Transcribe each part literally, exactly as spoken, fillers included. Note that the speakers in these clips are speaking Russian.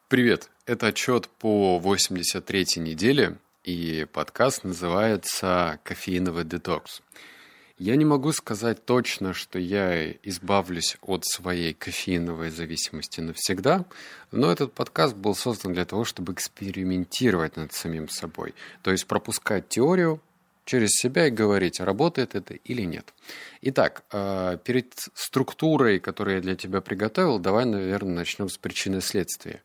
Привет, это отчет по восемьдесят третьей неделе, и подкаст называется «Кофеиновый детокс». Я не могу сказать точно, что я избавлюсь от своей кофеиновой зависимости навсегда, но этот подкаст был создан для того, чтобы экспериментировать над самим собой, то есть пропускать теорию через себя и говорить, работает это или нет. Итак, перед структурой, которую я для тебя приготовил, давай, наверное, начнем с причины следствия.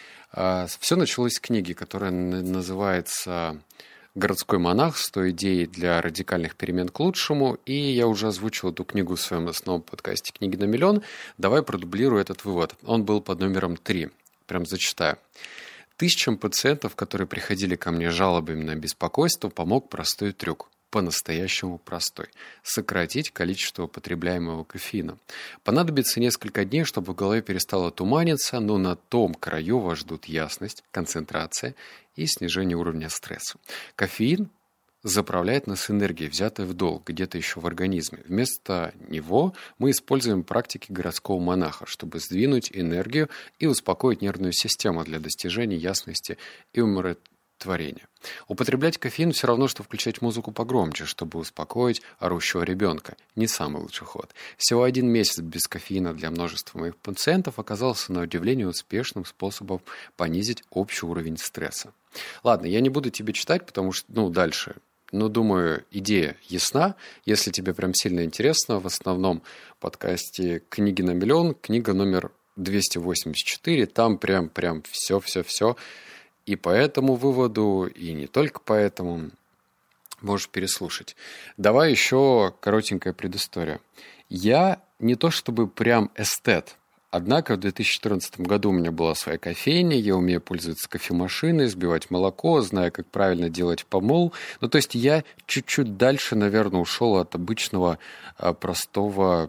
Все началось с книги, которая называется «Городской монах. сто идей для радикальных перемен к лучшему». И я уже озвучил эту книгу в своем основном подкасте «Книги на миллион». Давай продублирую этот вывод. Он был под номером три. Прям зачитаю. Тысячам пациентов, которые приходили ко мне с жалобами на беспокойство, помог простой трюк. По-настоящему простой. Сократить количество употребляемого кофеина. Понадобится несколько дней, чтобы в голове перестало туманиться, но на том краю вас ждут ясность, концентрация и снижение уровня стресса. Кофеин заправляет нас энергией, взятой в долг, где-то еще в организме. Вместо него мы используем практики городского монаха, чтобы сдвинуть энергию и успокоить нервную систему для достижения ясности и умиротворения. Творение. Употреблять кофеин все равно, что включать музыку погромче, чтобы успокоить орущего ребенка. Не самый лучший ход. Всего один месяц без кофеина для множества моих пациентов оказался на удивление успешным способом понизить общий уровень стресса. Ладно, я не буду тебе читать, потому что, ну, дальше. Но, думаю, идея ясна. Если тебе прям сильно интересно, в основном подкасте «Книги на миллион», книга номер двести восемьдесят четыре, там прям, прям все-все-все. И по этому выводу, и не только по этому, можешь переслушать. Давай еще коротенькая предыстория. Я не то чтобы прям эстет, однако в две тысячи четырнадцатом году у меня была своя кофейня, я умею пользоваться кофемашиной, взбивать молоко, знаю, как правильно делать помол. Ну, то есть я чуть-чуть дальше, наверное, ушел от обычного простого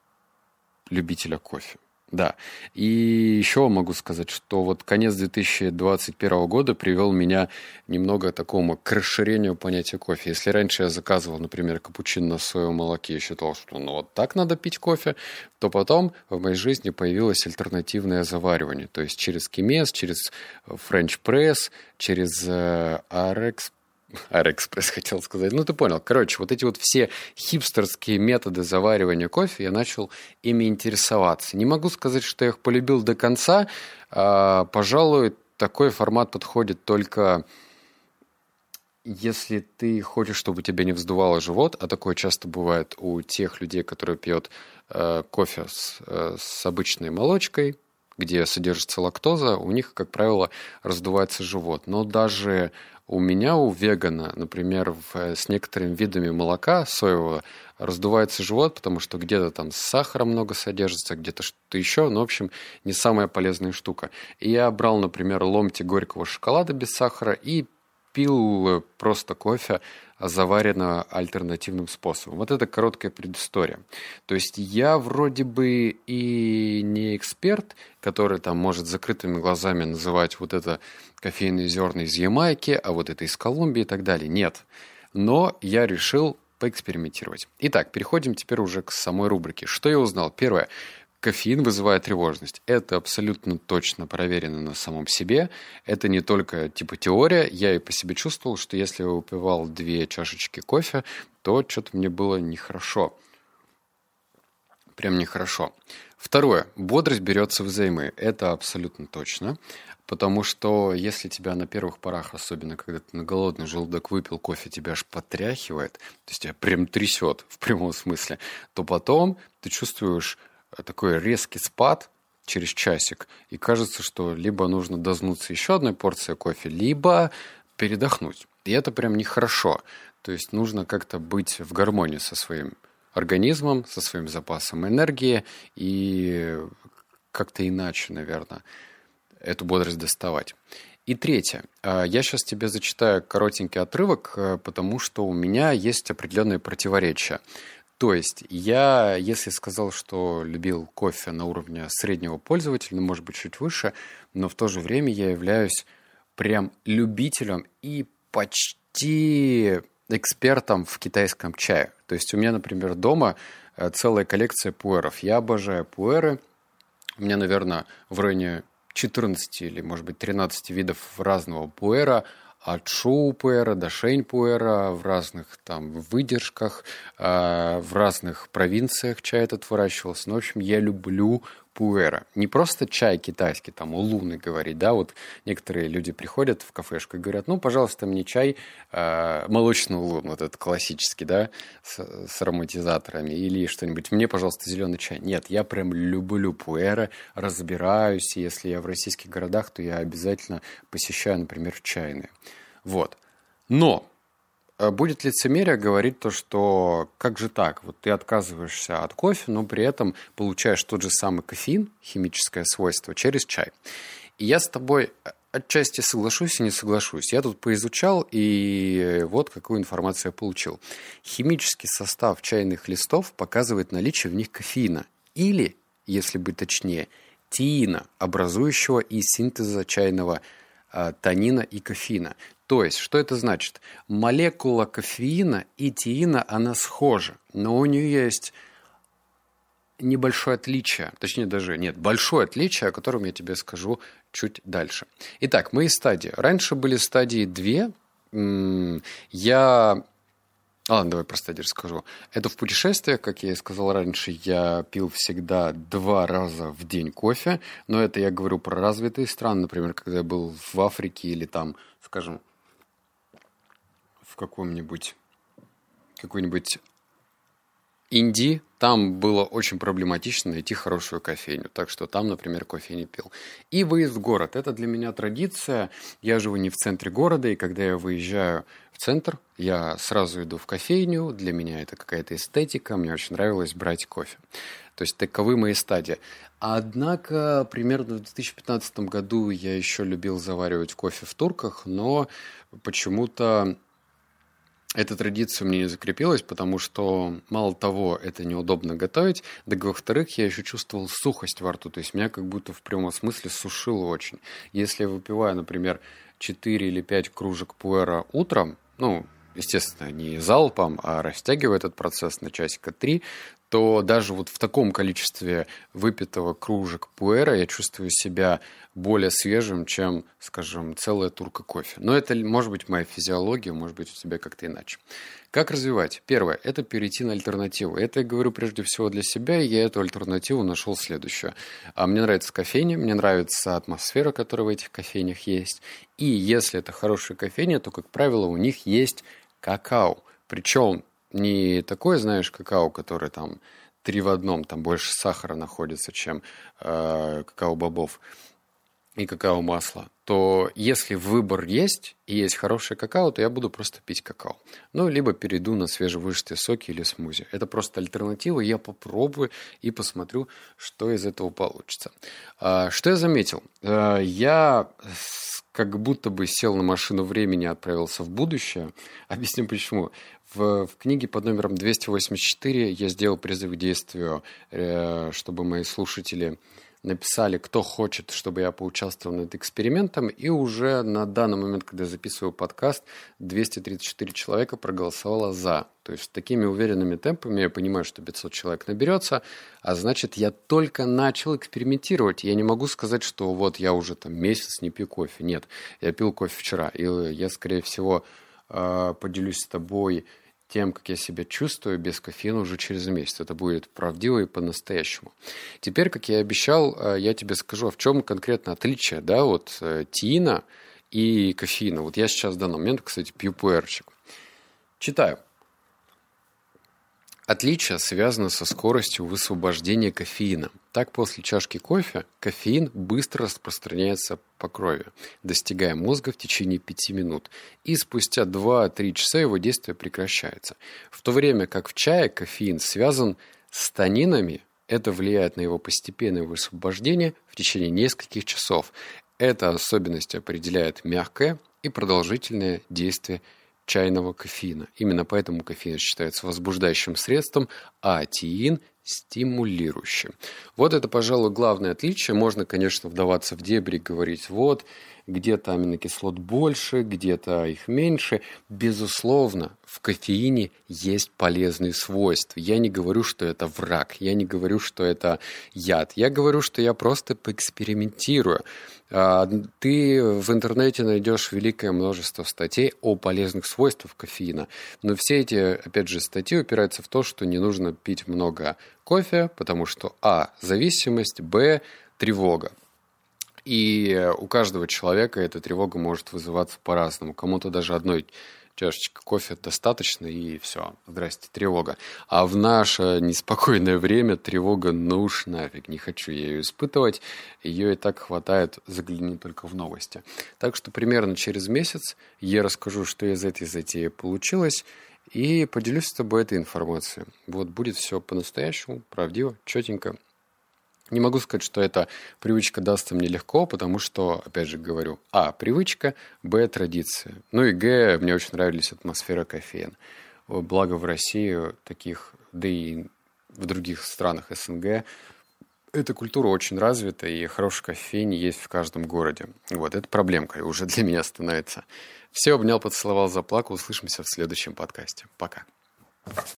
любителя кофе. Да, и еще могу сказать, что вот конец две тысячи двадцать первого года привел меня немного к такому к расширению понятия кофе. Если раньше я заказывал, например, капучино на соевом молоке и считал, что ну вот так надо пить кофе, то потом в моей жизни появилось альтернативное заваривание, то есть через Кемес, через Френч пресс, через Арекс. Аэроэкспресс хотел сказать. Ну, ты понял. Короче, вот эти вот все хипстерские методы заваривания кофе, я начал ими интересоваться. Не могу сказать, что я их полюбил до конца. А, пожалуй, такой формат подходит только если ты хочешь, чтобы тебя не вздувало живот, а такое часто бывает у тех людей, которые пьют э, кофе с, э, с обычной молочкой, где содержится лактоза, у них, как правило, раздувается живот. Но даже у меня, у вегана, например, в, с некоторыми видами молока соевого раздувается живот, потому что где-то там сахара много содержится, где-то что-то еще. Ну, в общем, не самая полезная штука. И я брал, например, ломти горького шоколада без сахара и пил просто кофе, заваренного альтернативным способом. Вот это короткая предыстория. То есть я вроде бы и не эксперт, который там может закрытыми глазами называть вот это кофейные зерна из Ямайки, а вот это из Колумбии и так далее. Нет. Но я решил поэкспериментировать. Итак, переходим теперь уже к самой рубрике. Что я узнал? Первое. Кофеин вызывает тревожность. Это абсолютно точно проверено на самом себе. Это не только типа теория. Я и по себе чувствовал, что если я выпивал две чашечки кофе, то что-то мне было нехорошо. Прям нехорошо. Второе. Бодрость берется взаймы. Это абсолютно точно. Потому что если тебя на первых порах, особенно когда ты на голодный желудок выпил кофе, тебя аж потряхивает, то есть тебя прям трясет в прямом смысле, то потом ты чувствуешь такой резкий спад через часик, и кажется, что либо нужно дознуться еще одной порцией кофе, либо передохнуть. И это прям нехорошо. То есть нужно как-то быть в гармонии со своим организмом, со своим запасом энергии и как-то иначе, наверное, эту бодрость доставать. И третье. Я сейчас тебе зачитаю коротенький отрывок, потому что у меня есть определенные противоречия. То есть я, если сказал, что любил кофе на уровне среднего пользователя, может быть, чуть выше, но в то же время я являюсь прям любителем и почти экспертом в китайском чае. То есть у меня, например, дома целая коллекция пуэров. Я обожаю пуэры. У меня, наверное, в районе четырнадцати или, может быть, тринадцати видов разного пуэра, от шоу-пуэра до шень-пуэра, в разных там выдержках, э, в разных провинциях чай этот выращивался. Ну, в общем, я люблю пуэра. Не просто чай китайский, там, улуны говорить, да, вот некоторые люди приходят в кафешку и говорят, ну, пожалуйста, мне чай э, молочный улун, вот этот классический, да, с, с ароматизаторами, или что-нибудь, мне, пожалуйста, зеленый чай. Нет, я прям люблю пуэра, разбираюсь, и если я в российских городах, то я обязательно посещаю, например, чайные. Вот. Но будет лицемерие говорить то, что как же так, вот ты отказываешься от кофе, но при этом получаешь тот же самый кофеин, химическое свойство, через чай. И я с тобой отчасти соглашусь и не соглашусь. Я тут поизучал, и вот какую информацию я получил. Химический состав чайных листов показывает наличие в них кофеина. Или, если быть точнее, теина, образующего из синтеза чайного а, танина и кофеина. То есть, что это значит? Молекула кофеина и теина, она схожа, но у нее есть небольшое отличие, точнее даже нет, большое отличие, о котором я тебе скажу чуть дальше. Итак, мои стадии. Раньше были стадии две. Я... А, ладно, давай про стадии расскажу. Это в путешествиях, как я и сказал раньше, я пил всегда два раза в день кофе, но это я говорю про развитые страны, например, когда я был в Африке или там, скажем, в каком-нибудь, какой-нибудь Индии, там было очень проблематично найти хорошую кофейню. Так что там, например, кофе не пил. И выезд в город. Это для меня традиция. Я живу не в центре города, и когда я выезжаю в центр, я сразу иду в кофейню. Для меня это какая-то эстетика. Мне очень нравилось брать кофе. То есть таковы мои стадии. Однако примерно в две тысячи пятнадцатом году я еще любил заваривать кофе в турках, но почему-то эта традиция у меня не закрепилась, потому что, мало того, это неудобно готовить, да, во-вторых, я еще чувствовал сухость во рту, то есть меня как будто в прямом смысле сушило очень. Если я выпиваю, например, четыре или пять кружек пуэра утром, ну, естественно, не залпом, а растягивая этот процесс на часика три, то даже вот в таком количестве выпитого кружек пуэра я чувствую себя более свежим, чем, скажем, целая турка кофе. Но это может быть моя физиология, может быть у тебя как-то иначе. Как развивать? Первое – это перейти на альтернативу. Это я говорю прежде всего для себя, и я эту альтернативу нашел следующую. Мне нравится кофейня, мне нравится атмосфера, которая в этих кофейнях есть. И если это хорошая кофейня, то, как правило, у них есть какао. Причем не такое, знаешь, какао, которое там три в одном, там больше сахара находится, чем э, какао-бобов и какао-масло, то если выбор есть, и есть хорошее какао, то я буду просто пить какао. Ну, либо перейду на свежевыжатые соки или смузи. Это просто альтернатива, я попробую и посмотрю, что из этого получится. А, что я заметил? А, я как будто бы сел на машину времени и отправился в будущее. Объясню почему. В, в книге под номером двести восемьдесят четыре я сделал призыв к действию, э, чтобы мои слушатели написали, кто хочет, чтобы я поучаствовал над экспериментом, и уже на данный момент, когда я записываю подкаст, двести тридцать четыре человека проголосовало «за». То есть такими уверенными темпами я понимаю, что пятьсот человек наберется, а значит, я только начал экспериментировать. Я не могу сказать, что вот я уже там месяц не пью кофе. Нет, я пил кофе вчера, и я, скорее всего, поделюсь с тобой тем, как я себя чувствую без кофеина уже через месяц. Это будет правдиво и по-настоящему. Теперь, как я и обещал, я тебе скажу, в чем конкретно отличие, да, от теина и кофеина. Вот я сейчас в данный момент, кстати, пью пуэрчик. Читаю. Отличие связано со скоростью высвобождения кофеина. Так, после чашки кофе кофеин быстро распространяется по крови, достигая мозга в течение пяти минут, и спустя два-три часа его действие прекращается. В то время как в чае кофеин связан с танинами, это влияет на его постепенное высвобождение в течение нескольких часов. Эта особенность определяет мягкое и продолжительное действие чайного кофеина. Именно поэтому кофеин считается возбуждающим средством, а теин – стимулирующим. Вот это, пожалуй, главное отличие. Можно, конечно, вдаваться в дебри и говорить, вот, где-то аминокислот больше, где-то их меньше. Безусловно, в кофеине есть полезные свойства. Я не говорю, что это враг, я не говорю, что это яд. Я говорю, что я просто поэкспериментирую. Ты в интернете найдешь великое множество статей о полезных свойствах кофеина. Но все эти, опять же, статьи упираются в то, что не нужно пить много кофе, потому что а. зависимость, б. тревога. И у каждого человека эта тревога может вызываться по-разному. Кому-то даже одной чашечки кофе достаточно, и все, здрасте, тревога. А в наше неспокойное время тревога, ну уж нафиг, не хочу я ее испытывать. Ее и так хватает, загляни только в новости. Так что примерно через месяц я расскажу, что из этой затеи получилось, и поделюсь с тобой этой информацией. Вот будет все по-настоящему, правдиво, четенько. Не могу сказать, что эта привычка дастся мне легко, потому что, опять же говорю, а. привычка, б. традиция. Ну и г. мне очень нравились атмосфера кофеин. Благо в России таких, да и в других странах СНГ, эта культура очень развита, и хороший кофейни есть в каждом городе. Вот, это проблемка уже для меня становится. Все, обнял, поцеловал, заплакал. Услышимся в следующем подкасте. Пока.